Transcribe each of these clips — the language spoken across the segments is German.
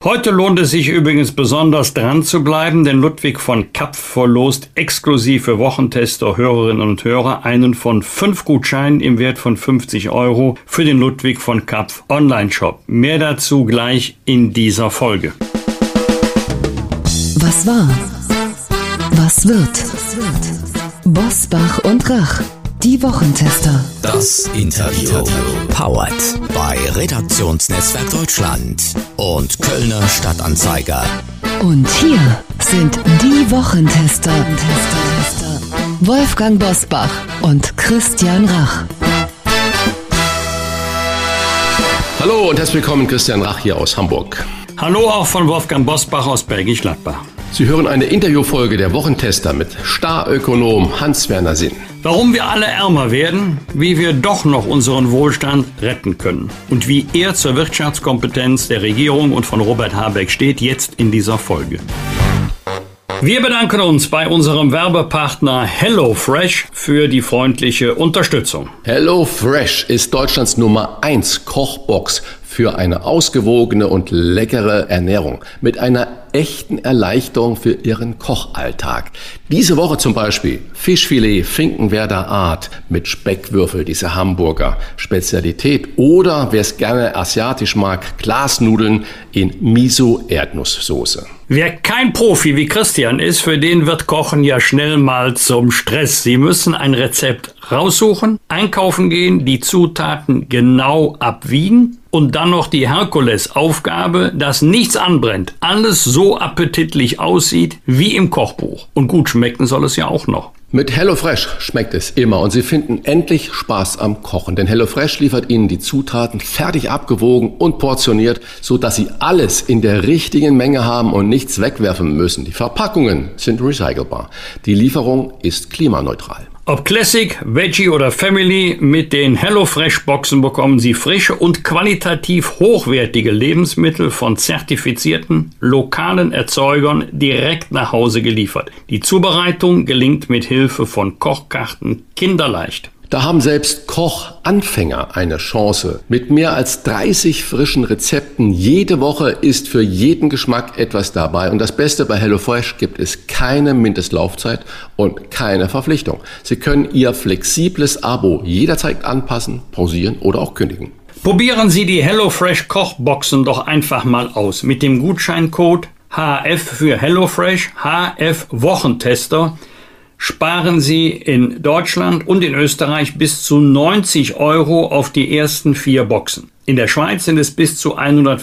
Heute lohnt es sich übrigens besonders dran zu bleiben, denn Ludwig von Kapf verlost exklusiv für Wochentester, Hörerinnen und Hörer einen von 5 Gutscheinen im Wert von 50 € für den Ludwig von Kapf Online-Shop. Mehr dazu gleich in dieser Folge. Was war? Was wird? Bosbach und Rach, die Wochentester. Das Interview. Powered bei Redaktionsnetzwerk Deutschland und Kölner Stadtanzeiger. Und hier sind die Wochentester. Wolfgang Bosbach und Christian Rach. Hallo und herzlich willkommen, Christian Rach hier aus Hamburg. Hallo auch von Wolfgang Bosbach aus Bergisch Gladbach. Sie hören eine Interviewfolge der Wochentester mit Starökonom Hans-Werner Sinn. Warum wir alle ärmer werden, wie wir doch noch unseren Wohlstand retten können und wie er zur Wirtschaftskompetenz der Regierung und von Robert Habeck steht, jetzt in dieser Folge. Wir bedanken uns bei unserem Werbepartner HelloFresh für die freundliche Unterstützung. HelloFresh ist Deutschlands Nummer 1 Kochbox für eine ausgewogene und leckere Ernährung mit einer echten Erleichterung für Ihren Kochalltag. Diese Woche zum Beispiel Fischfilet Finkenwerder Art mit Speckwürfel, diese Hamburger Spezialität. Oder, wer es gerne asiatisch mag, Glasnudeln in Miso-Erdnusssoße. Wer kein Profi wie Christian ist, für den wird Kochen ja schnell mal zum Stress. Sie müssen ein Rezept raussuchen, einkaufen gehen, die Zutaten genau abwiegen und dann noch die Herkulesaufgabe, dass nichts anbrennt, alles so appetitlich aussieht wie im Kochbuch. Und gut schmecken soll es ja auch noch. Mit HelloFresh schmeckt es immer und Sie finden endlich Spaß am Kochen. Denn HelloFresh liefert Ihnen die Zutaten fertig abgewogen und portioniert, sodass Sie alles in der richtigen Menge haben und nichts wegwerfen müssen. Die Verpackungen sind recycelbar. Die Lieferung ist klimaneutral. Ob Classic, Veggie oder Family, mit den HelloFresh-Boxen bekommen Sie frische und qualitativ hochwertige Lebensmittel von zertifizierten, lokalen Erzeugern direkt nach Hause geliefert. Die Zubereitung gelingt mit Hilfe von Kochkarten kinderleicht. Da haben selbst Kochanfänger eine Chance. Mit mehr als 30 frischen Rezepten jede Woche ist für jeden Geschmack etwas dabei. Und das Beste, bei HelloFresh gibt es keine Mindestlaufzeit und keine Verpflichtung. Sie können Ihr flexibles Abo jederzeit anpassen, pausieren oder auch kündigen. Probieren Sie die HelloFresh Kochboxen doch einfach mal aus. Mit dem Gutscheincode HF für HelloFresh, HF Wochentester, sparen Sie in Deutschland und in Österreich bis zu 90 € auf die ersten 4 Boxen. In der Schweiz sind es bis zu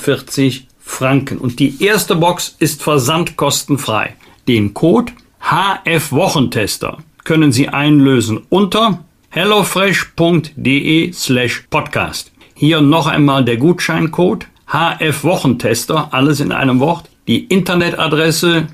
140 Franken. Und die erste Box ist versandkostenfrei. Den Code HF Wochentester können Sie einlösen unter hellofresh.de/podcast. Hier noch einmal der Gutscheincode HF Wochentester, alles in einem Wort. Die Internetadresse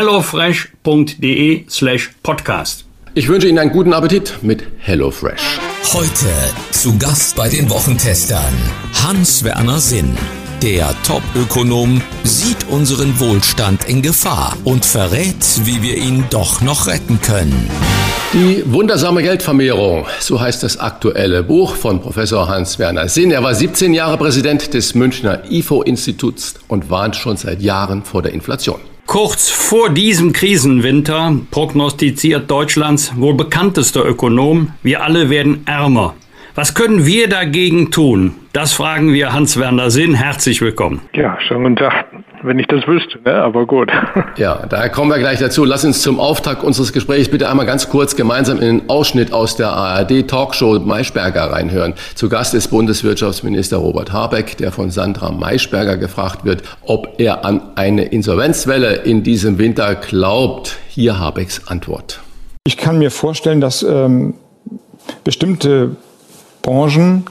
hellofresh.de/podcast. Ich wünsche Ihnen einen guten Appetit mit HelloFresh. Heute zu Gast bei den Wochentestern Hans-Werner Sinn. Der Top-Ökonom sieht unseren Wohlstand in Gefahr und verrät, wie wir ihn doch noch retten können. Die wundersame Geldvermehrung, so heißt das aktuelle Buch von Professor Hans-Werner Sinn. Er war 17 Jahre Präsident des Münchner IFO-Instituts und warnt schon seit Jahren vor der Inflation. Kurz vor diesem Krisenwinter prognostiziert Deutschlands wohl bekanntester Ökonom, wir alle werden ärmer. Was können wir dagegen tun? Das fragen wir Hans-Werner Sinn. Herzlich willkommen. Ja, schönen guten Tag. Wenn ich das wüsste, ne? Aber gut. Ja, da kommen wir gleich dazu. Lass uns zum Auftakt unseres Gesprächs bitte einmal ganz kurz gemeinsam in den Ausschnitt aus der ARD-Talkshow Maischberger reinhören. Zu Gast ist Bundeswirtschaftsminister Robert Habeck, der von Sandra Maischberger gefragt wird, ob er an eine Insolvenzwelle in diesem Winter glaubt. Hier Habecks Antwort. Ich kann mir vorstellen, dass bestimmte Branchen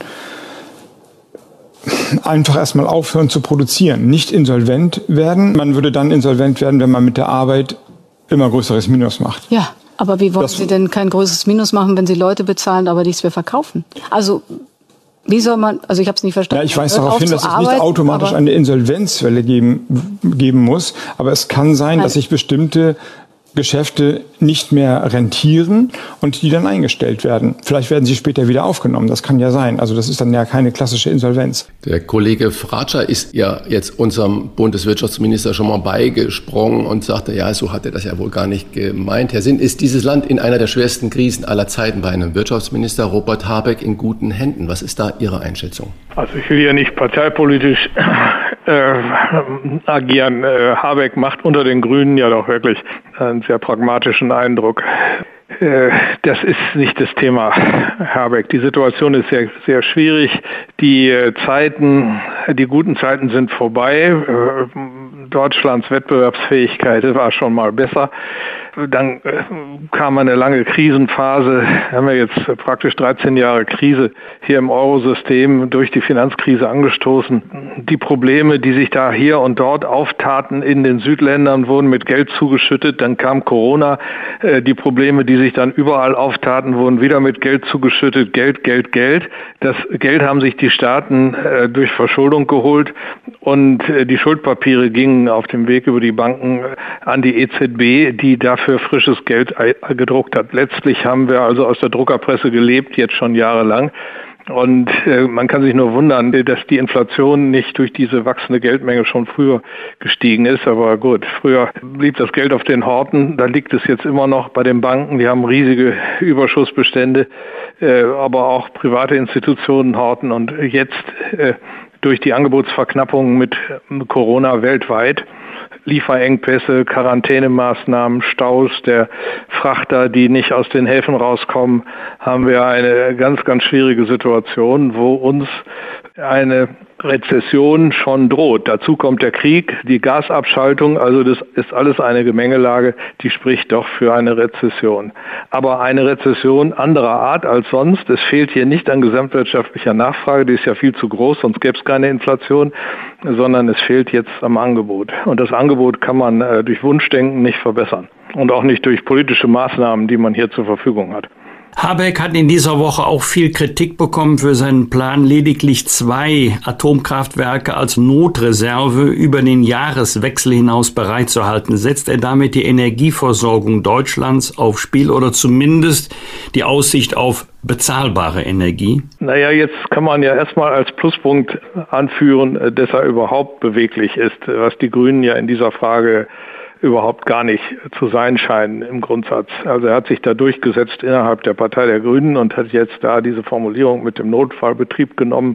einfach erstmal aufhören zu produzieren, nicht insolvent werden. Man würde dann insolvent werden, wenn man mit der Arbeit immer größeres Minus macht. Ja, aber wie wollen Sie denn kein größeres Minus machen, wenn Sie Leute bezahlen, aber nichts mehr verkaufen? Also wie soll man, also ich habe es nicht verstanden. Ja, ich weise darauf hin, dass es nicht automatisch eine Insolvenzwelle geben muss, aber es kann sein, dass sich bestimmte Geschäfte nicht mehr rentieren und die dann eingestellt werden. Vielleicht werden sie später wieder aufgenommen, das kann ja sein. Also das ist dann ja keine klassische Insolvenz. Der Kollege Fratscher ist ja jetzt unserem Bundeswirtschaftsminister schon mal beigesprungen und sagte, ja, so hat er das ja wohl gar nicht gemeint. Herr Sinn, ist dieses Land in einer der schwersten Krisen aller Zeiten bei einem Wirtschaftsminister Robert Habeck in guten Händen? Was ist da Ihre Einschätzung? Also ich will ja nicht parteipolitisch agieren. Habeck macht unter den Grünen ja doch wirklich einen sehr pragmatischen Eindruck. Das ist nicht das Thema Habeck. Die Situation ist sehr, sehr schwierig. Die guten Zeiten sind vorbei. Deutschlands Wettbewerbsfähigkeit war schon mal besser. Dann kam eine lange Krisenphase. Wir haben ja jetzt praktisch 13 Jahre Krise hier im Eurosystem durch die Finanzkrise angestoßen. Die Probleme, die sich da hier und dort auftaten in den Südländern, wurden mit Geld zugeschüttet. Dann kam Corona. Die Probleme, die sich dann überall auftaten, wurden wieder mit Geld zugeschüttet. Geld, Geld, Geld. Das Geld haben sich die Staaten durch Verschuldung geholt und die Schuldpapiere gingen auf dem Weg über die Banken an die EZB, die dafür frisches Geld gedruckt hat. Letztlich haben wir also aus der Druckerpresse gelebt, jetzt schon jahrelang. Und man kann sich nur wundern, dass die Inflation nicht durch diese wachsende Geldmenge schon früher gestiegen ist. Aber gut, früher blieb das Geld auf den Horten. Da liegt es jetzt immer noch bei den Banken. Die haben riesige Überschussbestände, aber auch private Institutionen horten. Und jetzt durch die Angebotsverknappung mit Corona weltweit, Lieferengpässe, Quarantänemaßnahmen, Staus der Frachter, die nicht aus den Häfen rauskommen, haben wir eine ganz, ganz schwierige Situation, wo uns eine Rezession schon droht. Dazu kommt der Krieg, die Gasabschaltung, also das ist alles eine Gemengelage, die spricht doch für eine Rezession. Aber eine Rezession anderer Art als sonst. Es fehlt hier nicht an gesamtwirtschaftlicher Nachfrage, die ist ja viel zu groß, sonst gäbe es keine Inflation, sondern es fehlt jetzt am Angebot. Und das Angebot kann man durch Wunschdenken nicht verbessern und auch nicht durch politische Maßnahmen, die man hier zur Verfügung hat. Habeck hat in dieser Woche auch viel Kritik bekommen für seinen Plan, lediglich 2 Atomkraftwerke als Notreserve über den Jahreswechsel hinaus bereitzuhalten. Setzt er damit die Energieversorgung Deutschlands aufs Spiel oder zumindest die Aussicht auf bezahlbare Energie? Naja, jetzt kann man ja erstmal als Pluspunkt anführen, dass er überhaupt beweglich ist, was die Grünen ja in dieser Frage überhaupt gar nicht zu sein scheinen im Grundsatz. Also er hat sich da durchgesetzt innerhalb der Partei der Grünen und hat jetzt da diese Formulierung mit dem Notfallbetrieb genommen.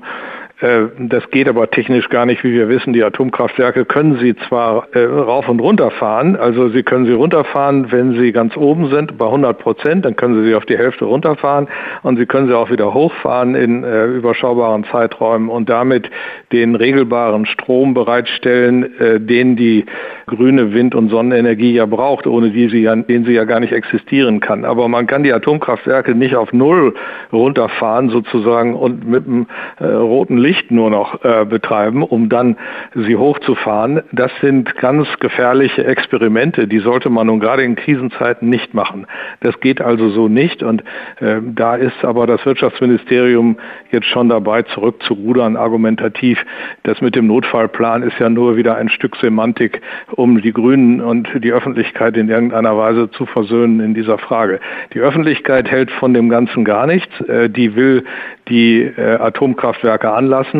Das geht aber technisch gar nicht, wie wir wissen. Die Atomkraftwerke können Sie zwar rauf und runter fahren, also Sie können sie runterfahren, wenn sie ganz oben sind, bei 100%, dann können Sie sie auf die Hälfte runterfahren und Sie können sie auch wieder hochfahren in überschaubaren Zeiträumen und damit den regelbaren Strom bereitstellen, den die grüne Wind- und Sonnenenergie ja braucht, ohne den sie ja gar nicht existieren kann. Aber man kann die Atomkraftwerke nicht auf Null runterfahren sozusagen und mit einem roten Licht nur noch betreiben, um dann sie hochzufahren. Das sind ganz gefährliche Experimente, die sollte man nun gerade in Krisenzeiten nicht machen. Das geht also so nicht und da ist aber das Wirtschaftsministerium jetzt schon dabei, zurückzurudern, argumentativ. Das mit dem Notfallplan ist ja nur wieder ein Stück Semantik, um die Grünen und die Öffentlichkeit in irgendeiner Weise zu versöhnen in dieser Frage. Die Öffentlichkeit hält von dem Ganzen gar nichts. Die will die Atomkraftwerke anlassen.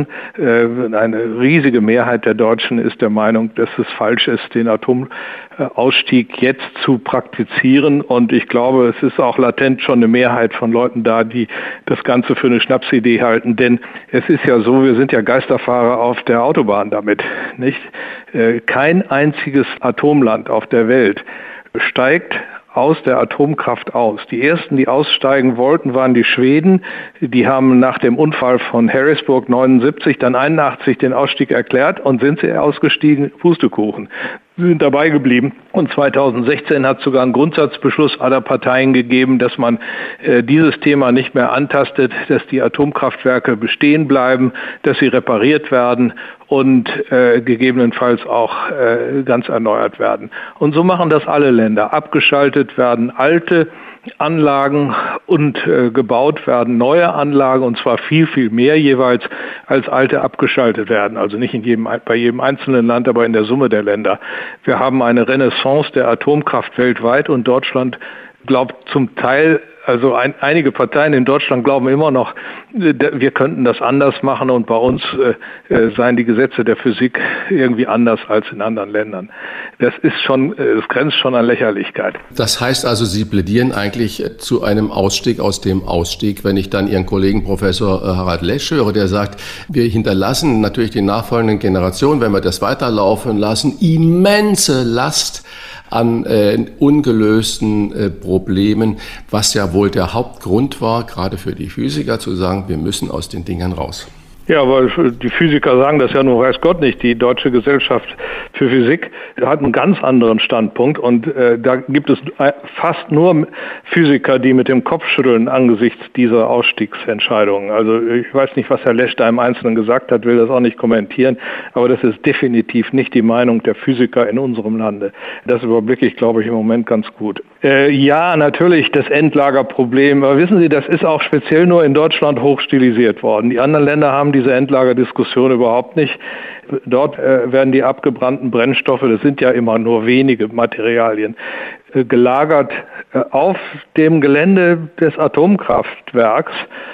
Eine riesige Mehrheit der Deutschen ist der Meinung, dass es falsch ist, den Atomausstieg jetzt zu praktizieren. Und ich glaube, es ist auch latent schon eine Mehrheit von Leuten da, die das Ganze für eine Schnapsidee halten. Denn es ist ja so, wir sind ja Geisterfahrer auf der Autobahn damit, nicht? Kein einziges Atomland auf der Welt steigt aus der Atomkraft aus. Die ersten, die aussteigen wollten, waren die Schweden. Die haben nach dem Unfall von Harrisburg 79, dann 81 den Ausstieg erklärt und sind sie ausgestiegen, Pustekuchen. Sie sind dabei geblieben. Und 2016 hat sogar einen Grundsatzbeschluss aller Parteien gegeben, dass man dieses Thema nicht mehr antastet, dass die Atomkraftwerke bestehen bleiben, dass sie repariert werden und gegebenenfalls auch ganz erneuert werden. Und so machen das alle Länder. Abgeschaltet werden alte Anlagen und gebaut werden neue Anlagen, und zwar viel, viel mehr jeweils, als alte abgeschaltet werden. Also nicht bei jedem einzelnen Land, aber in der Summe der Länder. Wir haben eine Renaissance der Atomkraft weltweit, und Deutschland glaubt zum Teil, also einige Parteien in Deutschland glauben immer noch, wir könnten das anders machen, und bei uns seien die Gesetze der Physik irgendwie anders als in anderen Ländern. Das grenzt schon an Lächerlichkeit. Das heißt also, Sie plädieren eigentlich zu einem Ausstieg aus dem Ausstieg, wenn ich dann Ihren Kollegen Professor Harald Lesch höre, der sagt, wir hinterlassen natürlich den nachfolgenden Generationen, wenn wir das weiterlaufen lassen, immense Last an ungelösten Problemen, was ja wohl der Hauptgrund war, gerade für die Physiker, zu sagen, wir müssen aus den Dingern raus. Ja, aber die Physiker sagen das ja nur, weiß Gott nicht. Die Deutsche Gesellschaft für Physik hat einen ganz anderen Standpunkt, und da gibt es fast nur Physiker, die mit dem Kopf schütteln angesichts dieser Ausstiegsentscheidungen. Also ich weiß nicht, was Herr Lesch da im Einzelnen gesagt hat, will das auch nicht kommentieren, aber das ist definitiv nicht die Meinung der Physiker in unserem Lande. Das überblicke ich, glaube ich, im Moment ganz gut. Ja, natürlich das Endlagerproblem, aber wissen Sie, das ist auch speziell nur in Deutschland hochstilisiert worden. Die anderen Länder haben diese Endlagerdiskussion überhaupt nicht. Dort werden die abgebrannten Brennstoffe, das sind ja immer nur wenige Materialien, gelagert auf dem Gelände des Atomkraftwerks,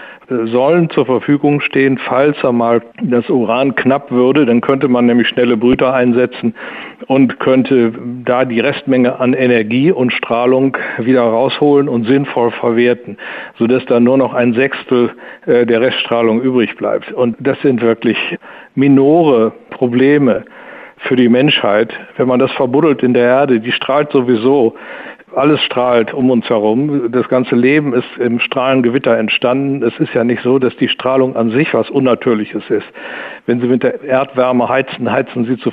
sollen zur Verfügung stehen, falls einmal das Uran knapp würde. Dann könnte man nämlich schnelle Brüter einsetzen und könnte da die Restmenge an Energie und Strahlung wieder rausholen und sinnvoll verwerten, sodass dann nur noch 1/6 der Reststrahlung übrig bleibt. Und das sind wirklich minore Probleme für die Menschheit. Wenn man das verbuddelt in der Erde, die strahlt sowieso. Alles strahlt um uns herum. Das ganze Leben ist im Strahlengewitter entstanden. Es ist ja nicht so, dass die Strahlung an sich was Unnatürliches ist. Wenn Sie mit der Erdwärme heizen, heizen Sie zu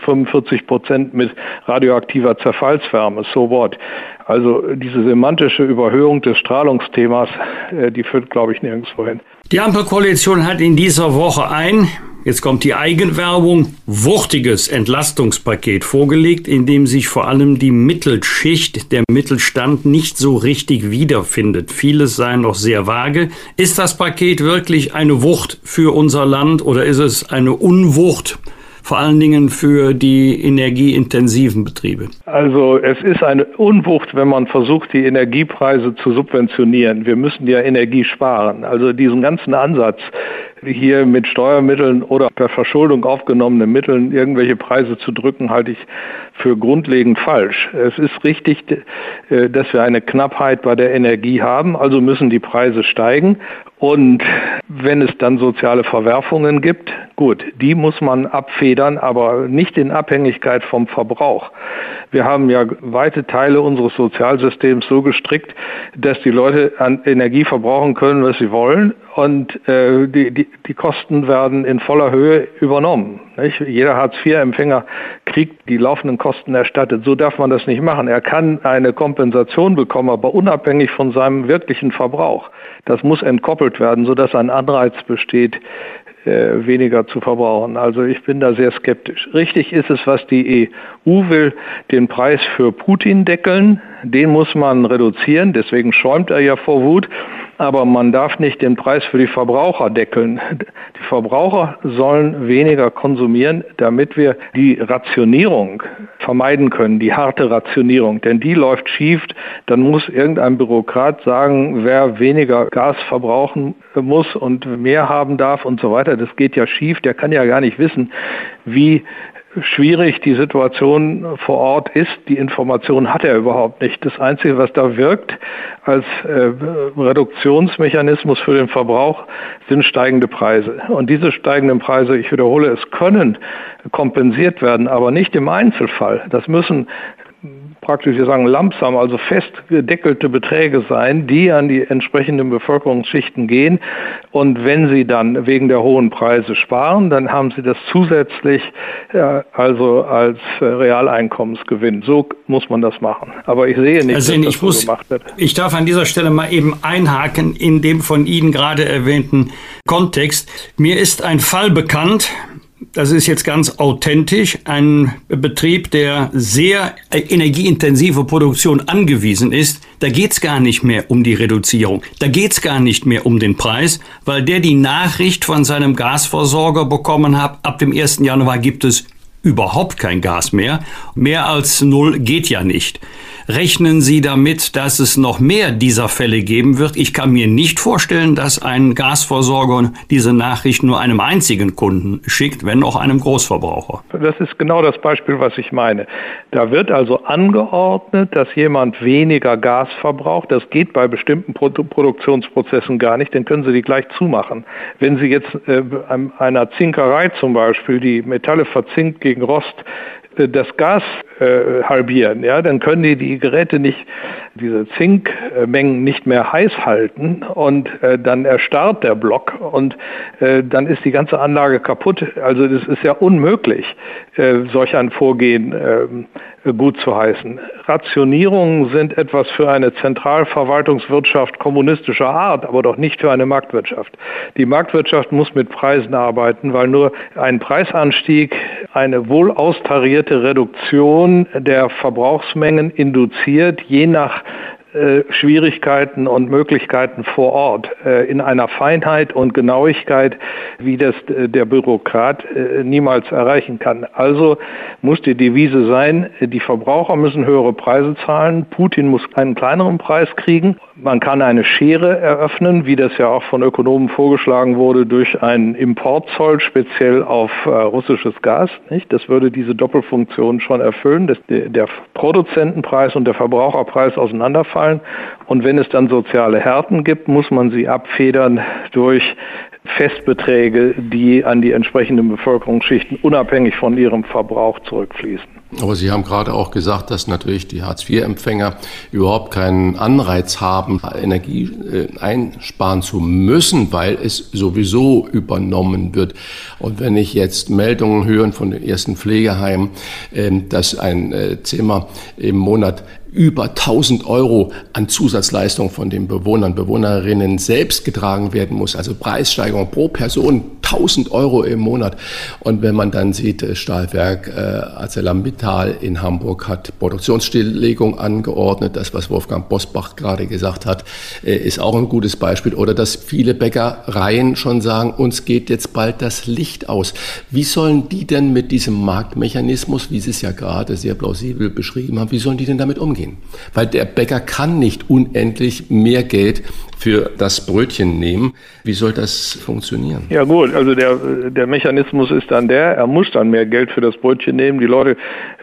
45% mit radioaktiver Zerfallswärme. So what? Also diese semantische Überhöhung des Strahlungsthemas, die führt, glaube ich, nirgendwo hin. Die Ampelkoalition hat in dieser Woche jetzt kommt die Eigenwerbung, wuchtiges Entlastungspaket vorgelegt, in dem sich vor allem die Mittelschicht, der Mittelstand, nicht so richtig wiederfindet. Vieles sei noch sehr vage. Ist das Paket wirklich eine Wucht für unser Land, oder ist es eine Unwucht, vor allen Dingen für die energieintensiven Betriebe? Also es ist eine Unwucht, wenn man versucht, die Energiepreise zu subventionieren. Wir müssen ja Energie sparen. Also diesen ganzen Ansatz, hier mit Steuermitteln oder per Verschuldung aufgenommenen Mitteln irgendwelche Preise zu drücken, halte ich für grundlegend falsch. Es ist richtig, dass wir eine Knappheit bei der Energie haben, also müssen die Preise steigen. Und wenn es dann soziale Verwerfungen gibt, gut, die muss man abfedern, aber nicht in Abhängigkeit vom Verbrauch. Wir haben ja weite Teile unseres Sozialsystems so gestrickt, dass die Leute an Energie verbrauchen können, was sie wollen, und die Kosten werden in voller Höhe übernommen. Nicht? Jeder Hartz-IV-Empfänger kriegt die laufenden Kosten erstattet. So darf man das nicht machen. Er kann eine Kompensation bekommen, aber unabhängig von seinem wirklichen Verbrauch. Das muss entkoppelt werden, sodass ein Anreiz besteht, weniger zu verbrauchen. Also ich bin da sehr skeptisch. Richtig ist es, was die EU will, den Preis für Putin deckeln. Den muss man reduzieren, deswegen schäumt er ja vor Wut. Aber man darf nicht den Preis für die Verbraucher deckeln. Die Verbraucher sollen weniger konsumieren, damit wir die Rationierung vermeiden können, die harte Rationierung. Denn die läuft schief, dann muss irgendein Bürokrat sagen, wer weniger Gas verbrauchen muss und mehr haben darf und so weiter. Das geht ja schief, der kann ja gar nicht wissen, wie schwierig die Situation vor Ort ist. Die Information hat er überhaupt nicht. Das Einzige, was da wirkt als Reduktionsmechanismus für den Verbrauch, sind steigende Preise. Und diese steigenden Preise, ich wiederhole, es können kompensiert werden, aber nicht im Einzelfall. Das müssen praktisch, wir sagen, Lump-Sum, also festgedeckelte Beträge sein, die an die entsprechenden Bevölkerungsschichten gehen. Und wenn sie dann wegen der hohen Preise sparen, dann haben sie das zusätzlich also als Realeinkommensgewinn. So muss man das machen. Aber ich sehe nicht, also dass das so gemacht wird. Ich darf an dieser Stelle mal eben einhaken in dem von Ihnen gerade erwähnten Kontext. Mir ist ein Fall bekannt, das ist jetzt ganz authentisch, ein Betrieb, der sehr energieintensive Produktion angewiesen ist, da geht's gar nicht mehr um die Reduzierung, da geht's gar nicht mehr um den Preis, weil der die Nachricht von seinem Gasversorger bekommen hat, ab dem 1. Januar gibt es überhaupt kein Gas mehr. Mehr als 0 geht ja nicht. Rechnen Sie damit, dass es noch mehr dieser Fälle geben wird? Ich kann mir nicht vorstellen, dass ein Gasversorger diese Nachricht nur einem einzigen Kunden schickt, wenn auch einem Großverbraucher. Das ist genau das Beispiel, was ich meine. Da wird also angeordnet, dass jemand weniger Gas verbraucht. Das geht bei bestimmten Produktionsprozessen gar nicht, dann können Sie die gleich zumachen. Wenn Sie jetzt einer Zinkerei zum Beispiel die Metalle verzinkt gegen Rost, das Gas halbieren, ja, dann können die Geräte nicht, diese Zinkmengen nicht mehr heiß halten und dann erstarrt der Block und dann ist die ganze Anlage kaputt. Also das ist ja unmöglich, solch ein Vorgehen gut zu heißen. Rationierungen sind etwas für eine Zentralverwaltungswirtschaft kommunistischer Art, aber doch nicht für eine Marktwirtschaft. Die Marktwirtschaft muss mit Preisen arbeiten, weil nur ein Preisanstieg eine wohl austarierte Reduktion der Verbrauchsmengen induziert, je nach Schwierigkeiten und Möglichkeiten vor Ort in einer Feinheit und Genauigkeit, wie das der Bürokrat niemals erreichen kann. Also muss die Devise sein, die Verbraucher müssen höhere Preise zahlen, Putin muss einen kleineren Preis kriegen. Man kann eine Schere eröffnen, wie das ja auch von Ökonomen vorgeschlagen wurde, durch einen Importzoll speziell auf russisches Gas. Nicht? Das würde diese Doppelfunktion schon erfüllen, dass der Produzentenpreis und der Verbraucherpreis auseinanderfallen. Und wenn es dann soziale Härten gibt, muss man sie abfedern durch Festbeträge, die an die entsprechenden Bevölkerungsschichten unabhängig von ihrem Verbrauch zurückfließen. Aber Sie haben gerade auch gesagt, dass natürlich die Hartz-IV-Empfänger überhaupt keinen Anreiz haben, Energie einsparen zu müssen, weil es sowieso übernommen wird. Und wenn ich jetzt Meldungen höre von den ersten Pflegeheimen, dass ein Zimmer im Monat über 1.000 € an Zusatzleistung von den Bewohnern, Bewohnerinnen selbst getragen werden muss, also Preissteigerung pro Person 1.000 € im Monat. Und wenn man dann sieht, Stahlwerk ArcelorMittal in Hamburg hat Produktionsstilllegung angeordnet, das, was Wolfgang Bosbach gerade gesagt hat, ist auch ein gutes Beispiel. Oder dass viele Bäckereien schon sagen, uns geht jetzt bald das Licht aus. Wie sollen die denn mit diesem Marktmechanismus, wie Sie es ja gerade sehr plausibel beschrieben haben, wie sollen die denn damit umgehen? Weil der Bäcker kann nicht unendlich mehr Geld für das Brötchen nehmen. Wie soll das funktionieren? Ja gut, also der Mechanismus ist dann er muss dann mehr Geld für das Brötchen nehmen. Die Leute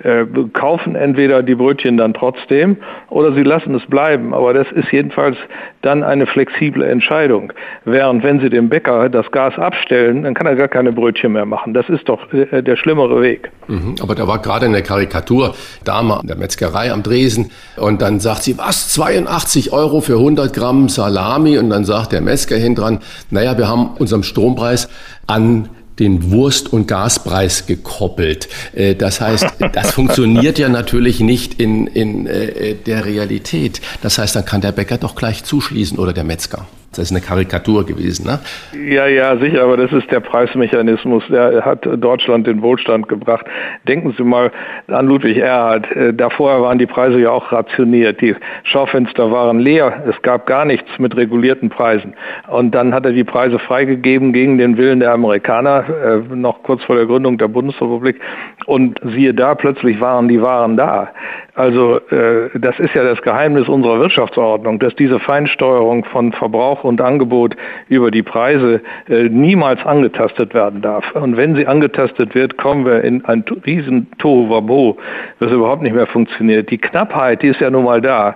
kaufen entweder die Brötchen dann trotzdem oder sie lassen es bleiben. Aber das ist jedenfalls dann eine flexible Entscheidung. Während wenn sie dem Bäcker das Gas abstellen, dann kann er gar keine Brötchen mehr machen. Das ist doch der schlimmere Weg. Aber da war gerade eine Karikatur, Dame an der Metzgerei am Dresen und dann sagt sie, was, 82 € für 100 Gramm Salami? Und dann sagt der Metzger hintendran, naja, wir haben unseren Strompreis an den Wurst- und Gaspreis gekoppelt. Das heißt, das funktioniert ja natürlich nicht in der Realität. Das heißt, dann kann der Bäcker doch gleich zuschließen oder der Metzger. Das ist eine Karikatur gewesen, ne? Ja, sicher, aber das ist der Preismechanismus. Der hat Deutschland den Wohlstand gebracht. Denken Sie mal an Ludwig Erhard. Davor waren die Preise ja auch rationiert. Die Schaufenster waren leer. Es gab gar nichts mit regulierten Preisen. Und dann hat er die Preise freigegeben gegen den Willen der Amerikaner, noch kurz vor der Gründung der Bundesrepublik. Und siehe da, plötzlich waren die Waren da. Also das ist ja das Geheimnis unserer Wirtschaftsordnung, dass diese Feinsteuerung von Verbrauch und Angebot über die Preise niemals angetastet werden darf. Und wenn sie angetastet wird, kommen wir in ein riesen Tohuwabohu, das überhaupt nicht mehr funktioniert. Die Knappheit, die ist ja nun mal da.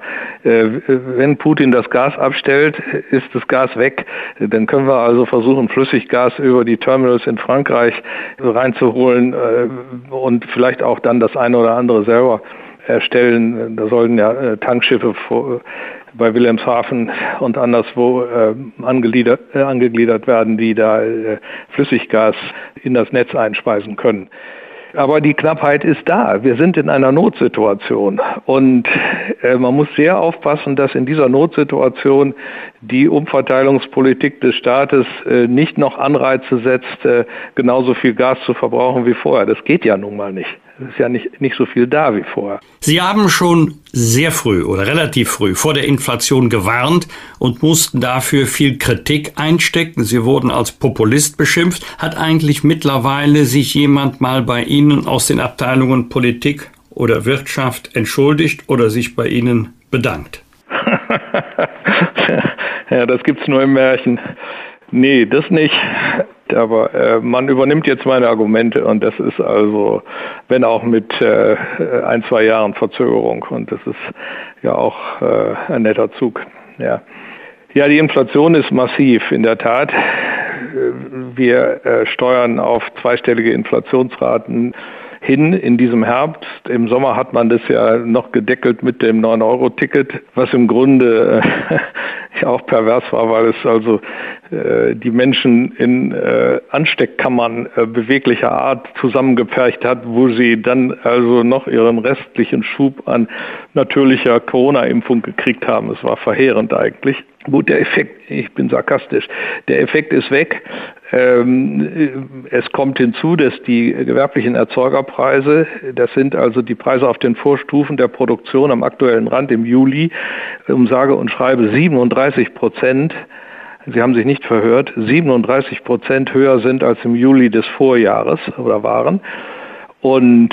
Wenn Putin das Gas abstellt, ist das Gas weg. Dann können wir also versuchen, Flüssiggas über die Terminals in Frankreich reinzuholen und vielleicht auch dann das eine oder andere selber erstellen. Da sollen ja Tankschiffe bei Wilhelmshaven und anderswo angegliedert werden, die da Flüssiggas in das Netz einspeisen können. Aber die Knappheit ist da. Wir sind in einer Notsituation. Und man muss sehr aufpassen, dass in dieser Notsituation die Umverteilungspolitik des Staates nicht noch Anreize setzt, genauso viel Gas zu verbrauchen wie vorher. Das geht ja nun mal nicht. Es ist ja nicht so viel da wie vorher. Sie haben schon sehr früh oder relativ früh vor der Inflation gewarnt und mussten dafür viel Kritik einstecken. Sie wurden als Populist beschimpft. Hat eigentlich mittlerweile sich jemand mal bei Ihnen aus den Abteilungen Politik oder Wirtschaft entschuldigt oder sich bei Ihnen bedankt? Ja, das gibt's nur im Märchen. Nee, das nicht. Aber man übernimmt jetzt meine Argumente und das ist also, wenn auch mit 1-2 Jahren Verzögerung, und das ist ja auch ein netter Zug. Ja, die Inflation ist massiv, in der Tat. Wir steuern auf zweistellige Inflationsraten hin in diesem Herbst. Im Sommer hat man das ja noch gedeckelt mit dem 9-Euro-Ticket, was im Grunde ja auch pervers war, weil es also die Menschen in Ansteckkammern beweglicher Art zusammengepfercht hat, wo sie dann also noch ihren restlichen Schub an natürlicher Corona-Impfung gekriegt haben. Es war verheerend eigentlich. Gut, der Effekt, ich bin sarkastisch, der Effekt ist weg. Es kommt hinzu, dass die gewerblichen Erzeugerpreise, das sind also die Preise auf den Vorstufen der Produktion am aktuellen Rand im Juli, um sage und schreibe 37%, Sie haben sich nicht verhört, 37% höher sind als im Juli des Vorjahres oder waren. Und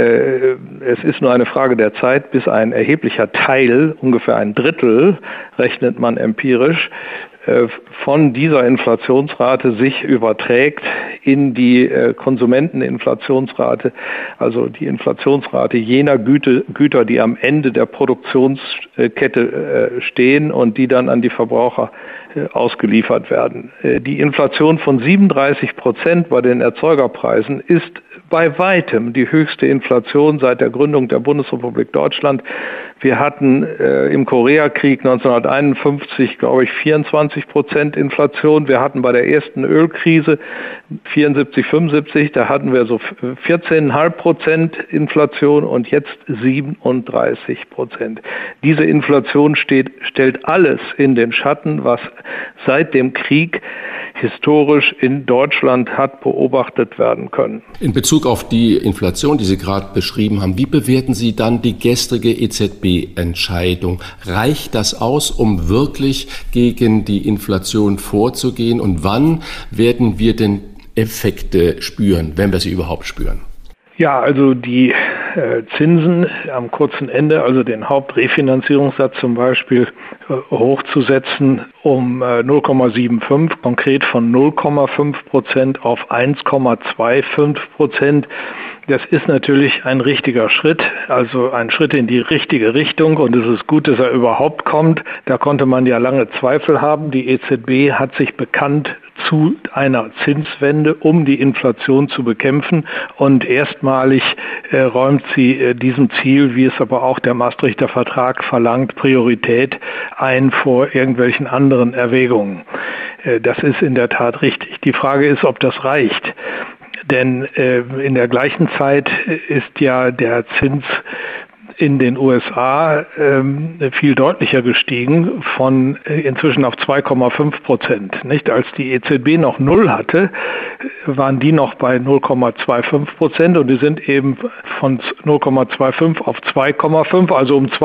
es ist nur eine Frage der Zeit, bis ein erheblicher Teil, ungefähr ein Drittel, rechnet man empirisch, von dieser Inflationsrate sich überträgt in die Konsumenteninflationsrate, also die Inflationsrate jener Güter, die am Ende der Produktionskette stehen und die dann an die Verbraucher ausgeliefert werden. Die Inflation von 37% bei den Erzeugerpreisen ist bei weitem die höchste Inflation seit der Gründung der Bundesrepublik Deutschland. Wir hatten im Koreakrieg 1951, glaube ich, 24% Inflation. Wir hatten bei der ersten Ölkrise 74, 75, da hatten wir so 14,5% Inflation und jetzt 37%. Diese Inflation stellt alles in den Schatten, was seit dem Krieg historisch in Deutschland hat beobachtet werden können. In Bezug auf die Inflation, die Sie gerade beschrieben haben, wie bewerten Sie dann die gestrige EZB-Entscheidung? Reicht das aus, um wirklich gegen die Inflation vorzugehen? Und wann werden wir denn Effekte spüren, wenn wir sie überhaupt spüren? Ja, also die Zinsen am kurzen Ende, also den Hauptrefinanzierungssatz zum Beispiel hochzusetzen um 0,75, konkret von 0,5% auf 1,25%. Das ist natürlich ein richtiger Schritt, also ein Schritt in die richtige Richtung, und es ist gut, dass er überhaupt kommt. Da konnte man ja lange Zweifel haben. Die EZB hat sich bekannt zu einer Zinswende, um die Inflation zu bekämpfen, und erstmalig räumt sie diesem Ziel, wie es aber auch der Maastrichter Vertrag verlangt, Priorität ein vor irgendwelchen anderen Erwägungen. Das ist in der Tat richtig. Die Frage ist, ob das reicht. Denn in der gleichen Zeit ist ja der Zins in den USA viel deutlicher gestiegen, von inzwischen auf 2,5%. Nicht? Als die EZB noch 0 hatte, waren die noch bei 0,25% und die sind eben von 0,25 auf 2,5, also um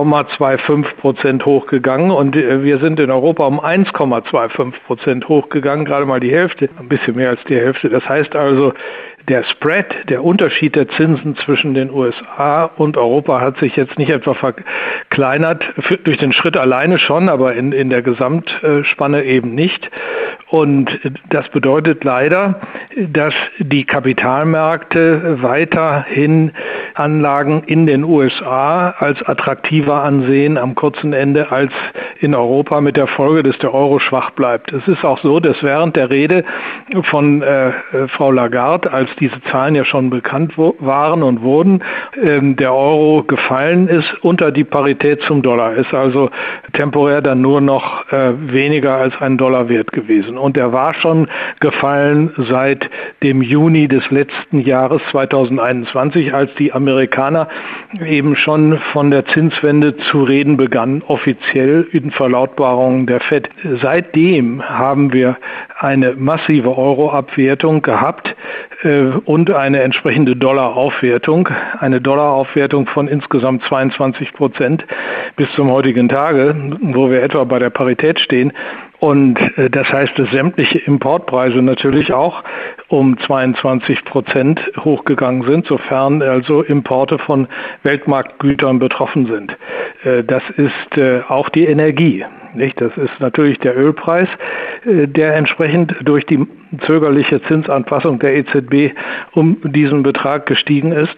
2,25% hochgegangen, und wir sind in Europa um 1,25% hochgegangen, gerade mal die Hälfte, ein bisschen mehr als die Hälfte. Das heißt also, der Spread, der Unterschied der Zinsen zwischen den USA und Europa hat sich jetzt nicht etwa verkleinert, durch den Schritt alleine schon, aber in der Gesamtspanne eben nicht. Und das bedeutet leider, dass die Kapitalmärkte weiterhin Anlagen in den USA als attraktiver ansehen am kurzen Ende als in Europa, mit der Folge, dass der Euro schwach bleibt. Es ist auch so, dass während der Rede von Frau Lagarde, als diese Zahlen ja schon bekannt waren und wurden, der Euro gefallen ist unter die Parität Parität zum Dollar, ist also temporär dann nur noch weniger als $1 wert gewesen. Und er war schon gefallen seit dem Juni des letzten Jahres 2021, als die Amerikaner eben schon von der Zinswende zu reden begannen, offiziell in Verlautbarungen der FED. Seitdem haben wir eine massive Euro-Abwertung gehabt und eine entsprechende Dollaraufwertung. Eine Dollaraufwertung von insgesamt 22% bis zum heutigen Tage, wo wir etwa bei der Parität stehen. Und das heißt, dass sämtliche Importpreise natürlich auch um 22% hochgegangen sind, sofern also Importe von Weltmarktgütern betroffen sind. Das ist auch die Energie. Nicht? Das ist natürlich der Ölpreis, der entsprechend durch die zögerliche Zinsanpassung der EZB um diesen Betrag gestiegen ist.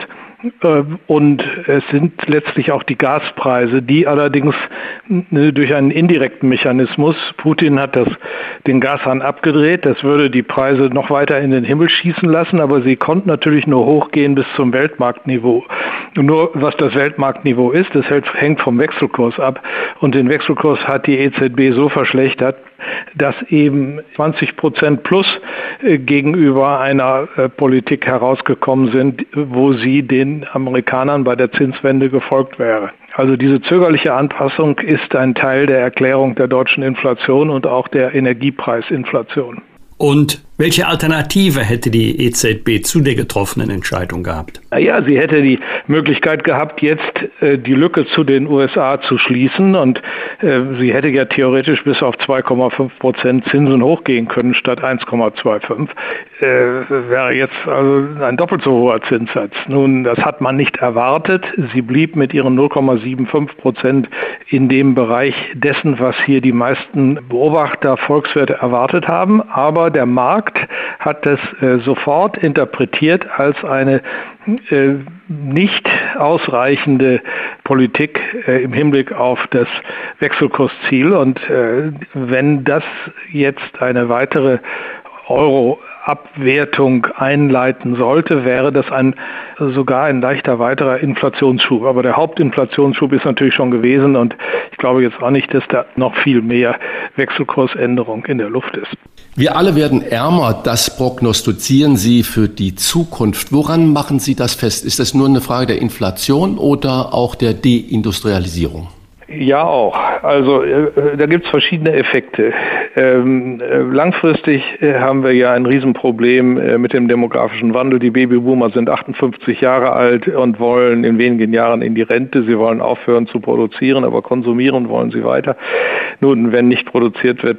Und es sind letztlich auch die Gaspreise, die allerdings durch einen indirekten Mechanismus, Putin hat den Gashahn abgedreht, das würde die Preise noch weiter in den Himmel schießen lassen, aber sie konnten natürlich nur hochgehen bis zum Weltmarktniveau. Nur was das Weltmarktniveau ist, das hängt vom Wechselkurs ab, und den Wechselkurs hat die EZB so verschlechtert, dass eben 20% plus gegenüber einer Politik herausgekommen sind, wo sie den Amerikanern bei der Zinswende gefolgt wäre. Also diese zögerliche Anpassung ist ein Teil der Erklärung der deutschen Inflation und auch der Energiepreisinflation. Und welche Alternative hätte die EZB zu der getroffenen Entscheidung gehabt? Naja, sie hätte die Möglichkeit gehabt, jetzt die Lücke zu den USA zu schließen, und sie hätte ja theoretisch bis auf 2,5% Zinsen hochgehen können statt 1,25. Wäre jetzt also ein doppelt so hoher Zinssatz. Nun, das hat man nicht erwartet. Sie blieb mit ihren 0,75% in dem Bereich dessen, was hier die meisten Beobachter Volkswirte erwartet haben, aber der Markt hat das sofort interpretiert als eine nicht ausreichende Politik im Hinblick auf das Wechselkursziel. Und wenn das jetzt eine weitere Euro-Abwertung einleiten sollte, wäre das sogar ein leichter weiterer Inflationsschub. Aber der Hauptinflationsschub ist natürlich schon gewesen, und ich glaube jetzt auch nicht, dass da noch viel mehr Wechselkursänderung in der Luft ist. Wir alle werden ärmer, das prognostizieren Sie für die Zukunft. Woran machen Sie das fest? Ist das nur eine Frage der Inflation oder auch der Deindustrialisierung? Ja, auch. Also da gibt es verschiedene Effekte. Langfristig haben wir ja ein Riesenproblem mit dem demografischen Wandel. Die Babyboomer sind 58 Jahre alt und wollen in wenigen Jahren in die Rente. Sie wollen aufhören zu produzieren, aber konsumieren wollen sie weiter. Nun, wenn nicht produziert wird,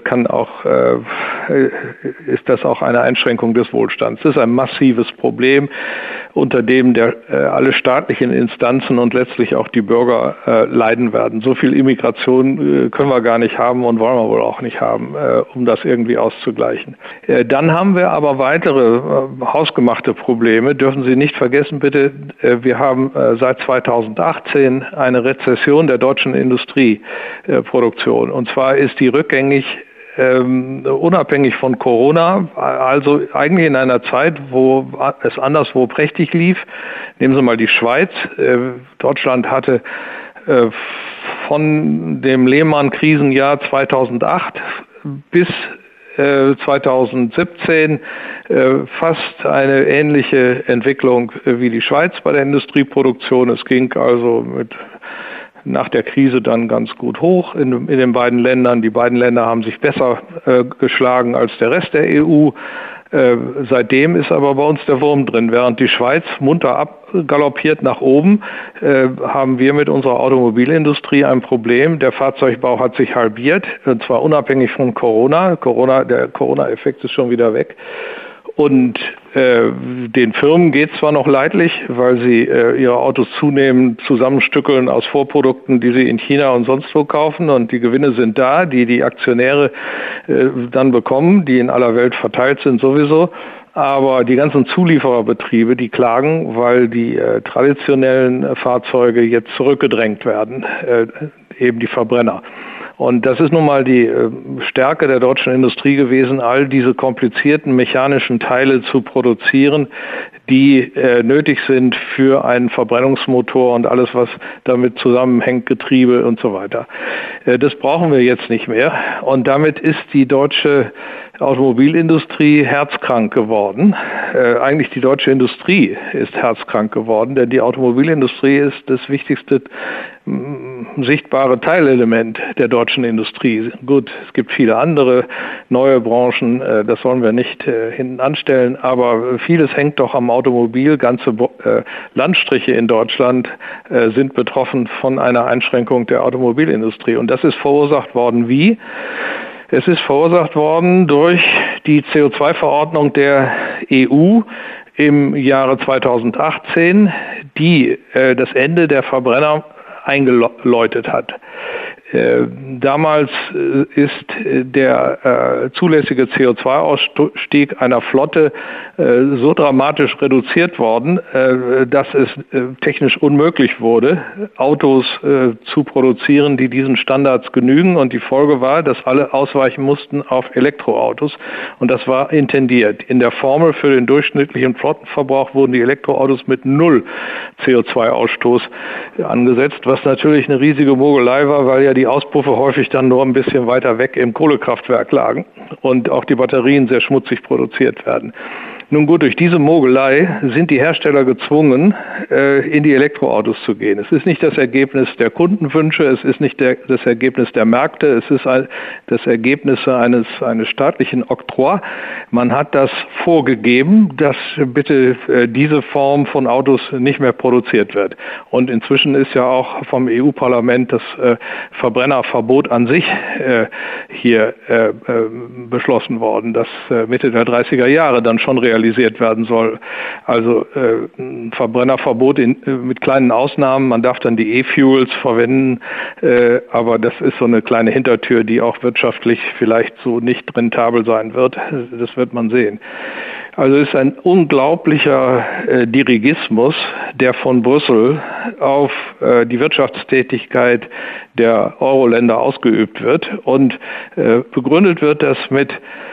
ist das auch eine Einschränkung des Wohlstands. Das ist ein massives Problem, unter dem alle staatlichen Instanzen und letztlich auch die Bürger leiden werden. So viel Immigration können wir gar nicht haben und wollen wir wohl auch nicht haben, um das irgendwie auszugleichen. Dann haben wir aber weitere hausgemachte Probleme. Dürfen Sie nicht vergessen, bitte, wir haben seit 2018 eine Rezession der deutschen Industrieproduktion. Und zwar ist die rückgängig unabhängig von Corona, also eigentlich in einer Zeit, wo es anderswo prächtig lief. Nehmen Sie mal die Schweiz. Deutschland hatte von dem Lehman-Krisenjahr 2008 bis 2017 fast eine ähnliche Entwicklung wie die Schweiz bei der Industrieproduktion. Es ging also nach der Krise dann ganz gut hoch in den beiden Ländern. Die beiden Länder haben sich besser geschlagen als der Rest der EU. Seitdem ist aber bei uns der Wurm drin. Während die Schweiz munter abgaloppiert nach oben, haben wir mit unserer Automobilindustrie ein Problem. Der Fahrzeugbau hat sich halbiert, und zwar unabhängig von Corona. Der Corona-Effekt ist schon wieder weg. Und den Firmen geht es zwar noch leidlich, weil sie ihre Autos zunehmend zusammenstückeln aus Vorprodukten, die sie in China und sonst wo kaufen, und die Gewinne sind da, die Aktionäre dann bekommen, die in aller Welt verteilt sind sowieso. Aber die ganzen Zuliefererbetriebe, die klagen, weil die traditionellen Fahrzeuge jetzt zurückgedrängt werden, eben die Verbrenner. Und das ist nun mal die Stärke der deutschen Industrie gewesen, all diese komplizierten mechanischen Teile zu produzieren, die nötig sind für einen Verbrennungsmotor und alles, was damit zusammenhängt, Getriebe und so weiter. Das brauchen wir jetzt nicht mehr. Und damit ist die deutsche Automobilindustrie herzkrank geworden. Eigentlich die deutsche Industrie ist herzkrank geworden, denn die Automobilindustrie ist das wichtigste sichtbare Teilelement der deutschen Industrie. Gut, es gibt viele andere neue Branchen, das sollen wir nicht hinten anstellen, aber vieles hängt doch am Automobil. Ganze Landstriche in Deutschland sind betroffen von einer Einschränkung der Automobilindustrie. Und das ist verursacht worden wie? Es ist verursacht worden durch die CO2-Verordnung der EU im Jahre 2018, die das Ende der Verbrenner eingeläutet hat. Damals ist der zulässige CO2-Ausstieg einer Flotte so dramatisch reduziert worden, dass es technisch unmöglich wurde, Autos zu produzieren, die diesen Standards genügen. Und die Folge war, dass alle ausweichen mussten auf Elektroautos. Und das war intendiert. In der Formel für den durchschnittlichen Flottenverbrauch wurden die Elektroautos mit 0 CO2-Ausstoß angesetzt, was natürlich eine riesige Mogelei war, weil ja die Auspuffe häufig dann nur ein bisschen weiter weg im Kohlekraftwerk lagen und auch die Batterien sehr schmutzig produziert werden. Nun gut, durch diese Mogelei sind die Hersteller gezwungen, in die Elektroautos zu gehen. Es ist nicht das Ergebnis der Kundenwünsche, es ist nicht das Ergebnis der Märkte, es ist das Ergebnis eines staatlichen Oktrois. Man hat das vorgegeben, dass bitte diese Form von Autos nicht mehr produziert wird. Und inzwischen ist ja auch vom EU-Parlament das Verbrennerverbot an sich hier beschlossen worden, das Mitte der 30er Jahre dann schon realisiert werden soll. Also ein Verbrennerverbot mit kleinen Ausnahmen. Man darf dann die E-Fuels verwenden, aber das ist so eine kleine Hintertür, die auch wirtschaftlich vielleicht so nicht rentabel sein wird. Das wird man sehen. Also es ist ein unglaublicher Dirigismus, der von Brüssel auf die Wirtschaftstätigkeit der Euro-Länder ausgeübt wird. Und begründet wird das mit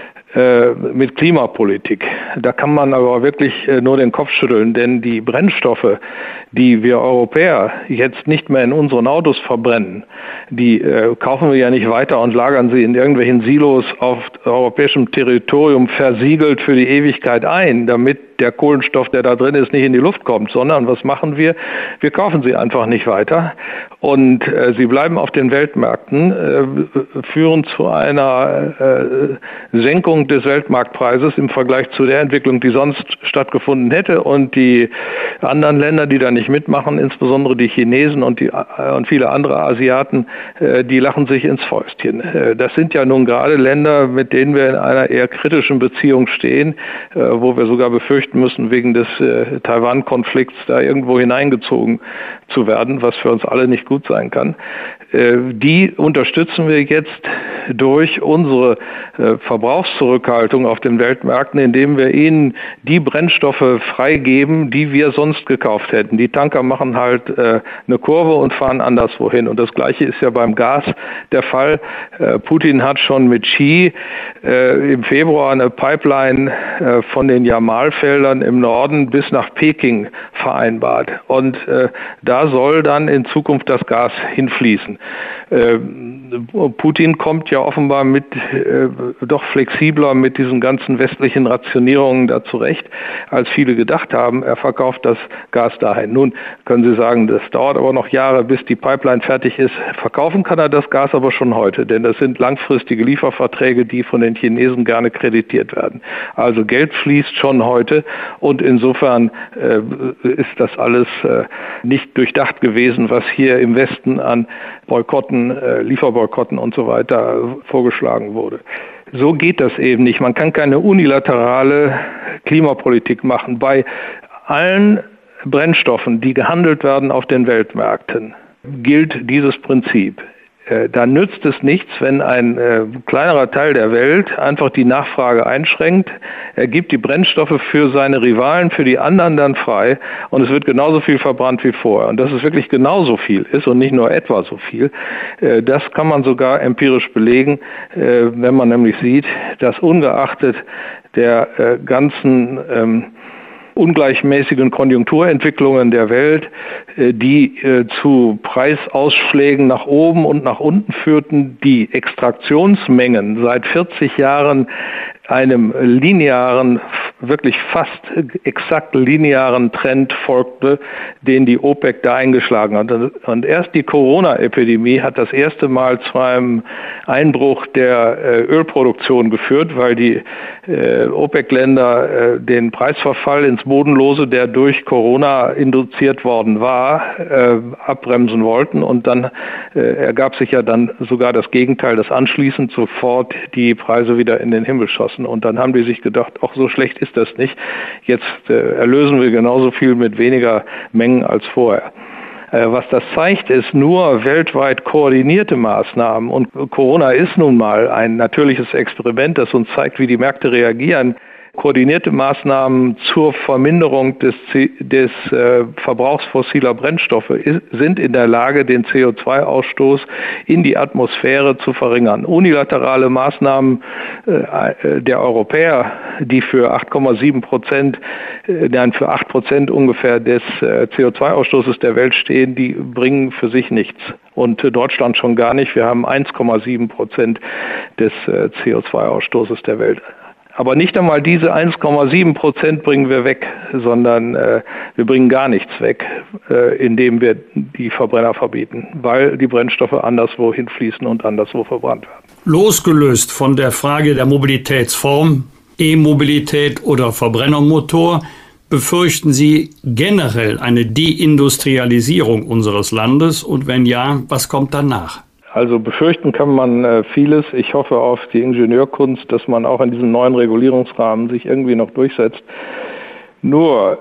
Klimapolitik. Da kann man aber wirklich nur den Kopf schütteln, denn die Brennstoffe, die wir Europäer jetzt nicht mehr in unseren Autos verbrennen, die kaufen wir ja nicht weiter und lagern sie in irgendwelchen Silos auf europäischem Territorium versiegelt für die Ewigkeit ein, damit der Kohlenstoff, der da drin ist, nicht in die Luft kommt, sondern was machen wir? Wir kaufen sie einfach nicht weiter und sie bleiben auf den Weltmärkten, führen zu einer Senkung des Weltmarktpreises im Vergleich zu der Entwicklung, die sonst stattgefunden hätte. Und die anderen Länder, die da nicht mitmachen, insbesondere die Chinesen und viele andere Asiaten, die lachen sich ins Fäustchen. Das sind ja nun gerade Länder, mit denen wir in einer eher kritischen Beziehung stehen, wo wir sogar befürchten müssen, wegen des Taiwan-Konflikts da irgendwo hineingezogen zu werden, was für uns alle nicht gut sein kann. Die unterstützen wir jetzt durch unsere Verbrauchszurückhaltung auf den Weltmärkten, indem wir ihnen die Brennstoffe freigeben, die wir sonst gekauft hätten. Die Tanker machen halt eine Kurve und fahren anderswohin. Und das Gleiche ist ja beim Gas der Fall. Putin hat schon mit Xi im Februar eine Pipeline von den Jamalfeldern im Norden bis nach Peking vereinbart. Und da soll dann in Zukunft das Gas hinfließen. Putin kommt ja offenbar doch flexibler mit diesen ganzen westlichen Rationierungen da zurecht, als viele gedacht haben. Er verkauft das Gas dahin. Nun können Sie sagen, das dauert aber noch Jahre, bis die Pipeline fertig ist. Verkaufen kann er das Gas aber schon heute, denn das sind langfristige Lieferverträge, die von den Chinesen gerne kreditiert werden. Also Geld fließt schon heute und insofern ist das alles nicht durchdacht gewesen, was hier im Westen an Boykotten, Lieferboykotten und so weiter vorgeschlagen wurde. So geht das eben nicht. Man kann keine unilaterale Klimapolitik machen. Bei allen Brennstoffen, die gehandelt werden auf den Weltmärkten, gilt dieses Prinzip. Da nützt es nichts, wenn ein kleinerer Teil der Welt einfach die Nachfrage einschränkt. Er gibt die Brennstoffe für seine Rivalen, für die anderen dann frei und es wird genauso viel verbrannt wie vorher. Und dass es wirklich genauso viel ist und nicht nur etwa so viel, das kann man sogar empirisch belegen, wenn man nämlich sieht, dass ungeachtet der ganzen ungleichmäßigen Konjunkturentwicklungen der Welt, die zu Preisausschlägen nach oben und nach unten führten, die Extraktionsmengen seit 40 Jahren einem linearen, wirklich fast exakt linearen Trend folgte, den die OPEC da eingeschlagen hat. Und erst die Corona-Epidemie hat das erste Mal zu einem Einbruch der Ölproduktion geführt, weil die OPEC-Länder den Preisverfall ins Bodenlose, der durch Corona induziert worden war, abbremsen wollten. Und dann ergab sich ja dann sogar das Gegenteil, dass anschließend sofort die Preise wieder in den Himmel schossen. Und dann haben die sich gedacht, ach, so schlecht ist das nicht. Jetzt erlösen wir genauso viel mit weniger Mengen als vorher. Was das zeigt, ist nur weltweit koordinierte Maßnahmen. Und Corona ist nun mal ein natürliches Experiment, das uns zeigt, wie die Märkte reagieren. Koordinierte Maßnahmen zur Verminderung des Verbrauchs fossiler Brennstoffe sind in der Lage, den CO2-Ausstoß in die Atmosphäre zu verringern. Unilaterale Maßnahmen der Europäer, die für 8% ungefähr des CO2-Ausstoßes der Welt stehen, die bringen für sich nichts. Und Deutschland schon gar nicht. Wir haben 1,7% des CO2-Ausstoßes der Welt. Aber nicht einmal diese 1,7% bringen wir weg, sondern wir bringen gar nichts weg, indem wir die Verbrenner verbieten, weil die Brennstoffe anderswo hinfließen und anderswo verbrannt werden. Losgelöst von der Frage der Mobilitätsform, E-Mobilität oder Verbrennermotor, befürchten Sie generell eine Deindustrialisierung unseres Landes? Und wenn ja, was kommt danach? Also befürchten kann man vieles. Ich hoffe auf die Ingenieurkunst, dass man auch in diesem neuen Regulierungsrahmen sich irgendwie noch durchsetzt. Nur,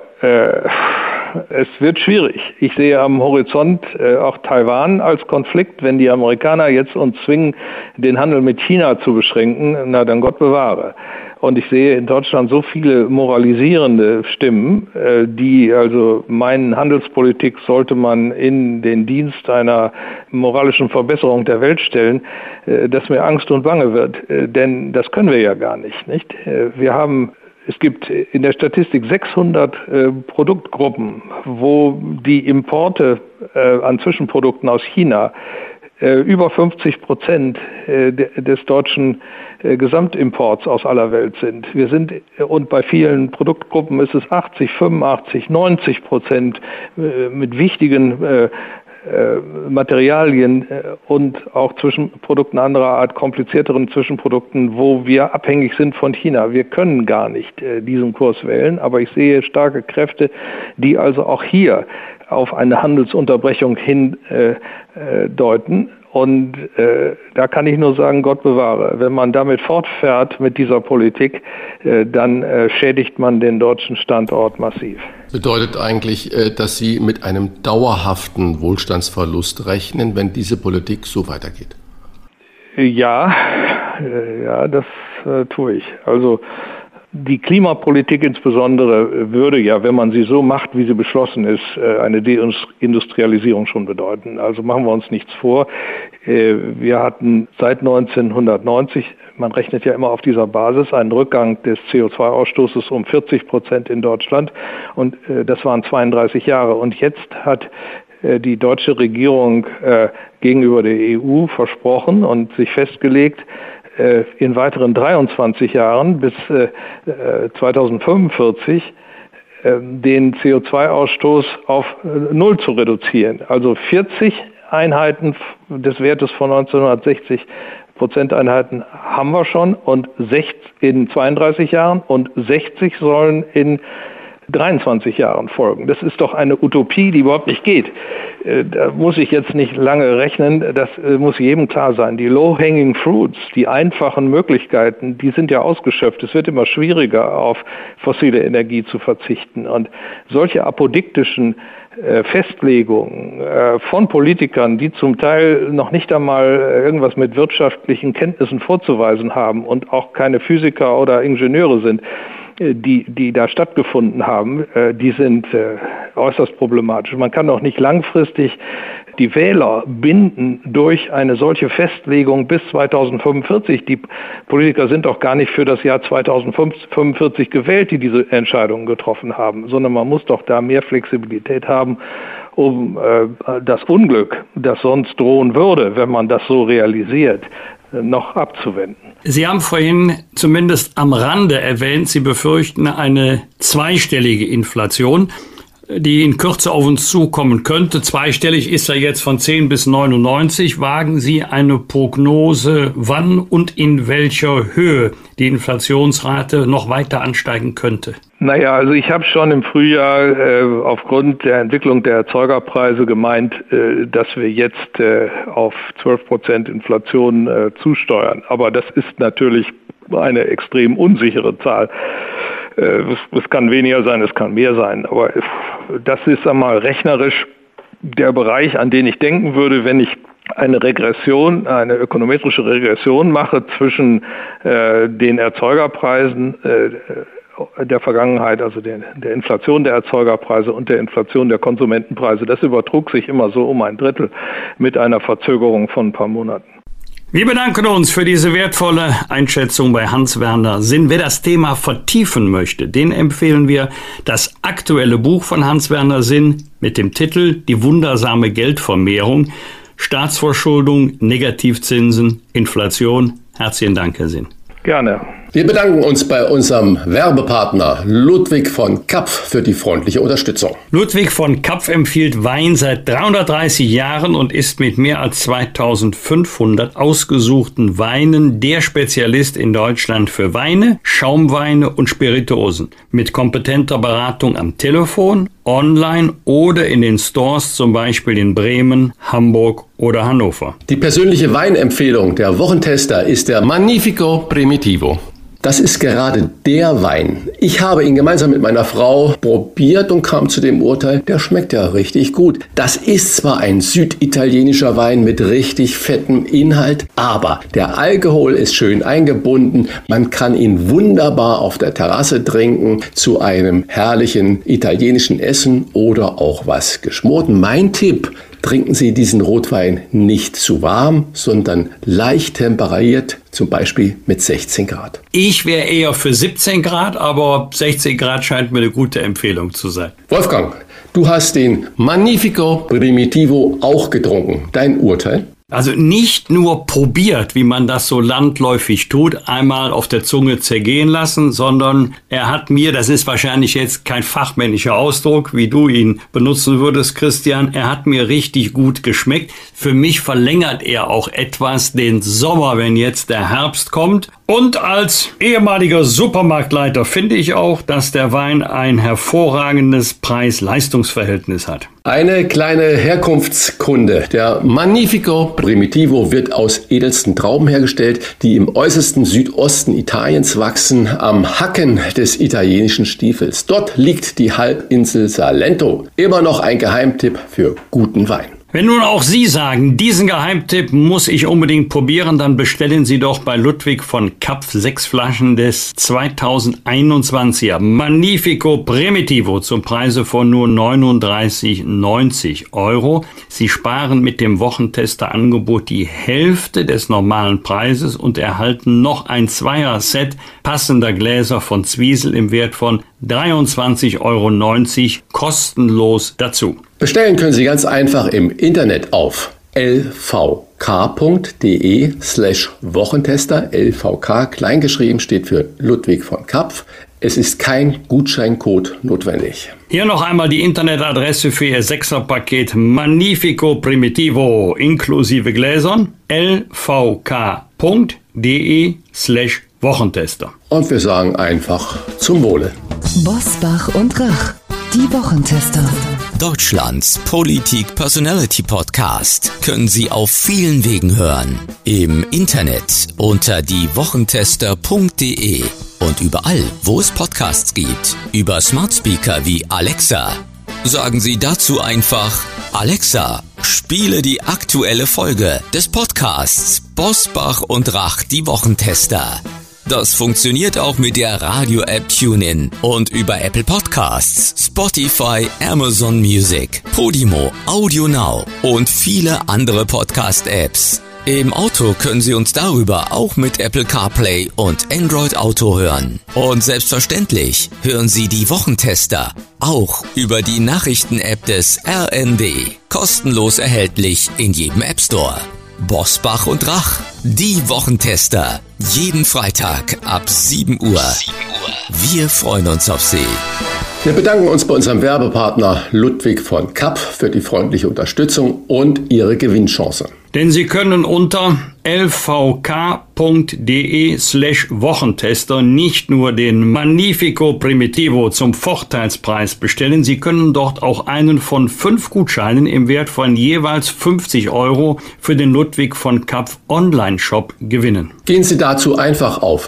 es wird schwierig. Ich sehe am Horizont auch Taiwan als Konflikt. Wenn die Amerikaner jetzt uns zwingen, den Handel mit China zu beschränken, na dann Gott bewahre. Und ich sehe in Deutschland so viele moralisierende Stimmen, die also meinen, Handelspolitik sollte man in den Dienst einer moralischen Verbesserung der Welt stellen, dass mir Angst und Bange wird. Denn das können wir ja gar nicht. Es gibt in der Statistik 600 Produktgruppen, wo die Importe an Zwischenprodukten aus China über 50% des deutschen Gesamtimports aus aller Welt sind. Und bei vielen Produktgruppen ist es 80, 85, 90% mit wichtigen Materialien und auch Zwischenprodukten anderer Art, komplizierteren Zwischenprodukten, wo wir abhängig sind von China. Wir können gar nicht diesen Kurs wählen, aber ich sehe starke Kräfte, die also auch hier auf eine Handelsunterbrechung hindeuten. Und da kann ich nur sagen, Gott bewahre. Wenn man damit fortfährt mit dieser Politik, dann schädigt man den deutschen Standort massiv. Bedeutet eigentlich, dass Sie mit einem dauerhaften Wohlstandsverlust rechnen, wenn diese Politik so weitergeht? Ja, das tue ich. Also die Klimapolitik insbesondere würde ja, wenn man sie so macht, wie sie beschlossen ist, eine Deindustrialisierung schon bedeuten. Also machen wir uns nichts vor. Wir hatten seit 1990, man rechnet ja immer auf dieser Basis, einen Rückgang des CO2-Ausstoßes um 40% in Deutschland. Und das waren 32 Jahre. Und jetzt hat die deutsche Regierung gegenüber der EU versprochen und sich festgelegt, in weiteren 23 Jahren bis 2045 den CO2-Ausstoß auf 0 zu reduzieren. Also 40 Einheiten des Wertes von 1960 Prozenteinheiten haben wir schon und 60 in 32 Jahren und 60 sollen in 23 Jahren folgen. Das ist doch eine Utopie, die überhaupt nicht geht. Da muss ich jetzt nicht lange rechnen, das muss jedem klar sein. Die low-hanging fruits, die einfachen Möglichkeiten, die sind ja ausgeschöpft. Es wird immer schwieriger, auf fossile Energie zu verzichten. Und solche apodiktischen Festlegungen von Politikern, die zum Teil noch nicht einmal irgendwas mit wirtschaftlichen Kenntnissen vorzuweisen haben und auch keine Physiker oder Ingenieure sind, die da stattgefunden haben, die sind äußerst problematisch. Man kann auch nicht langfristig die Wähler binden durch eine solche Festlegung bis 2045. Die Politiker sind auch gar nicht für das Jahr 2045 gewählt, die diese Entscheidungen getroffen haben, sondern man muss doch da mehr Flexibilität haben, um das Unglück, das sonst drohen würde, wenn man das so realisiert, noch abzuwenden. Sie haben vorhin zumindest am Rande erwähnt, Sie befürchten eine zweistellige Inflation, die in Kürze auf uns zukommen könnte. Zweistellig ist ja jetzt von 10 bis 99. Wagen Sie eine Prognose, wann und in welcher Höhe die Inflationsrate noch weiter ansteigen könnte? Naja, also ich habe schon im Frühjahr aufgrund der Entwicklung der Erzeugerpreise gemeint, dass wir jetzt auf 12% Inflation zusteuern. Aber das ist natürlich eine extrem unsichere Zahl. Es kann weniger sein, es kann mehr sein, aber das ist einmal rechnerisch der Bereich, an den ich denken würde, wenn ich eine Regression, eine ökonometrische Regression mache zwischen den Erzeugerpreisen der Vergangenheit, also der Inflation der Erzeugerpreise und der Inflation der Konsumentenpreise. Das übertrug sich immer so um ein Drittel mit einer Verzögerung von ein paar Monaten. Wir bedanken uns für diese wertvolle Einschätzung bei Hans-Werner Sinn. Wer das Thema vertiefen möchte, den empfehlen wir das aktuelle Buch von Hans-Werner Sinn mit dem Titel Die wundersame Geldvermehrung, Staatsverschuldung, Negativzinsen, Inflation. Herzlichen Dank, Herr Sinn. Gerne. Wir bedanken uns bei unserem Werbepartner Ludwig von Kapf für die freundliche Unterstützung. Ludwig von Kapf empfiehlt Wein seit 330 Jahren und ist mit mehr als 2500 ausgesuchten Weinen der Spezialist in Deutschland für Weine, Schaumweine und Spirituosen. Mit kompetenter Beratung am Telefon, online oder in den Stores, zum Beispiel in Bremen, Hamburg oder Hannover. Die persönliche Weinempfehlung der Wochentester ist der Magnifico Primitivo. Das ist gerade der Wein. Ich habe ihn gemeinsam mit meiner Frau probiert und kam zu dem Urteil, der schmeckt ja richtig gut. Das ist zwar ein süditalienischer Wein mit richtig fettem Inhalt, aber der Alkohol ist schön eingebunden. Man kann ihn wunderbar auf der Terrasse trinken, zu einem herrlichen italienischen Essen oder auch was geschmorten. Mein Tipp: Trinken Sie diesen Rotwein nicht zu warm, sondern leicht temperiert, zum Beispiel mit 16 Grad. Ich wäre eher für 17 Grad, aber 16 Grad scheint mir eine gute Empfehlung zu sein. Wolfgang, du hast den Magnifico Primitivo auch getrunken. Dein Urteil? Also nicht nur probiert, wie man das so landläufig tut, einmal auf der Zunge zergehen lassen, sondern er hat mir, das ist wahrscheinlich jetzt kein fachmännischer Ausdruck, wie du ihn benutzen würdest, Christian, er hat mir richtig gut geschmeckt. Für mich verlängert er auch etwas den Sommer, wenn jetzt der Herbst kommt. Und als ehemaliger Supermarktleiter finde ich auch, dass der Wein ein hervorragendes Preis-Leistungs-Verhältnis hat. Eine kleine Herkunftskunde. Der Magnifico Primitivo wird aus edelsten Trauben hergestellt, die im äußersten Südosten Italiens wachsen, am Hacken des italienischen Stiefels. Dort liegt die Halbinsel Salento. Immer noch ein Geheimtipp für guten Wein. Wenn nun auch Sie sagen, diesen Geheimtipp muss ich unbedingt probieren, dann bestellen Sie doch bei Ludwig von Kapf 6 Flaschen des 2021er Magnifico Primitivo zum Preise von nur 39,90 €. Sie sparen mit dem Wochentester-Angebot die Hälfte des normalen Preises und erhalten noch ein Zweier-Set passender Gläser von Zwiesel im Wert von 23,90 € kostenlos dazu. Bestellen können Sie ganz einfach im Internet auf lvk.de/Wochentester. LVK kleingeschrieben steht für Ludwig von Kapf. Es ist kein Gutscheincode notwendig. Hier noch einmal die Internetadresse für Ihr 6er-Paket Magnifico Primitivo inklusive Gläsern: lvk.de/Wochentester. Und wir sagen einfach zum Wohle. Bosbach und Rach, die Wochentester. Deutschlands Politik-Personality-Podcast können Sie auf vielen Wegen hören. Im Internet unter diewochentester.de und überall, wo es Podcasts gibt. Über Smart Speaker wie Alexa. Sagen Sie dazu einfach: Alexa, spiele die aktuelle Folge des Podcasts Bosbach und Rach, die Wochentester. Das funktioniert auch mit der Radio-App TuneIn und über Apple Podcasts, Spotify, Amazon Music, Podimo, Audio Now und viele andere Podcast-Apps. Im Auto können Sie uns darüber auch mit Apple CarPlay und Android Auto hören. Und selbstverständlich hören Sie die Wochentester auch über die Nachrichten-App des RND. Kostenlos erhältlich in jedem App Store. Bosbach und Rach, die Wochentester. Jeden Freitag ab 7 Uhr. Wir freuen uns auf Sie. Wir bedanken uns bei unserem Werbepartner Ludwig von Kapp für die freundliche Unterstützung und Ihre Gewinnchance. Denn Sie können unter lvk.de/Wochentester nicht nur den Magnifico Primitivo zum Vorteilspreis bestellen, Sie können dort auch einen von 5 Gutscheinen im Wert von jeweils 50 € für den Ludwig von Kapp Online-Shop gewinnen. Gehen Sie dazu einfach auf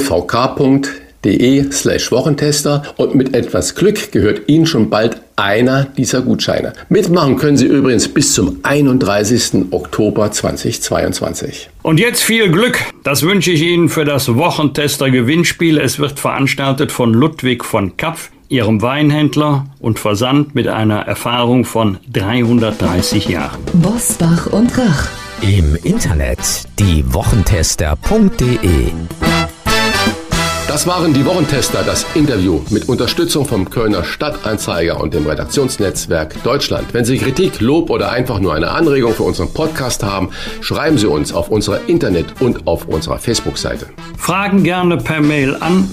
lvk.de/Wochentester und mit etwas Glück gehört Ihnen schon bald einer dieser Gutscheine. Mitmachen können Sie übrigens bis zum 31. Oktober 2022. Und jetzt viel Glück, das wünsche ich Ihnen für das Wochentester-Gewinnspiel. Es wird veranstaltet von Ludwig von Kapp, Ihrem Weinhändler und Versand mit einer Erfahrung von 330 Jahren. Bosbach und Rach. Im Internet diewochentester.de. Das waren die Wochentester, das Interview mit Unterstützung vom Kölner Stadtanzeiger und dem Redaktionsnetzwerk Deutschland. Wenn Sie Kritik, Lob oder einfach nur eine Anregung für unseren Podcast haben, schreiben Sie uns auf unserer Internet- und auf unserer Facebook-Seite. Fragen gerne per Mail an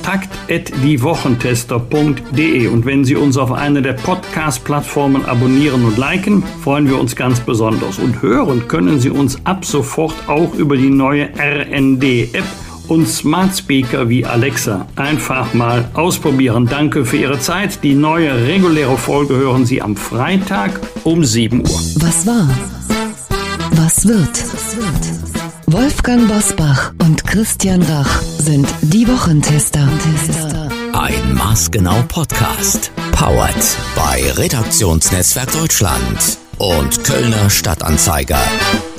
kontakt@diewochentester.de. Und wenn Sie uns auf einer der Podcast-Plattformen abonnieren und liken, freuen wir uns ganz besonders. Und hören können Sie uns ab sofort auch über die neue RND-App und Smart Speaker wie Alexa. Einfach mal ausprobieren. Danke für Ihre Zeit. Die neue reguläre Folge hören Sie am Freitag um 7 Uhr. Was war? Was wird? Wolfgang Bosbach und Christian Rach sind die Wochentester. Ein Maßgenau Podcast. Powered bei Redaktionsnetzwerk Deutschland und Kölner Stadtanzeiger.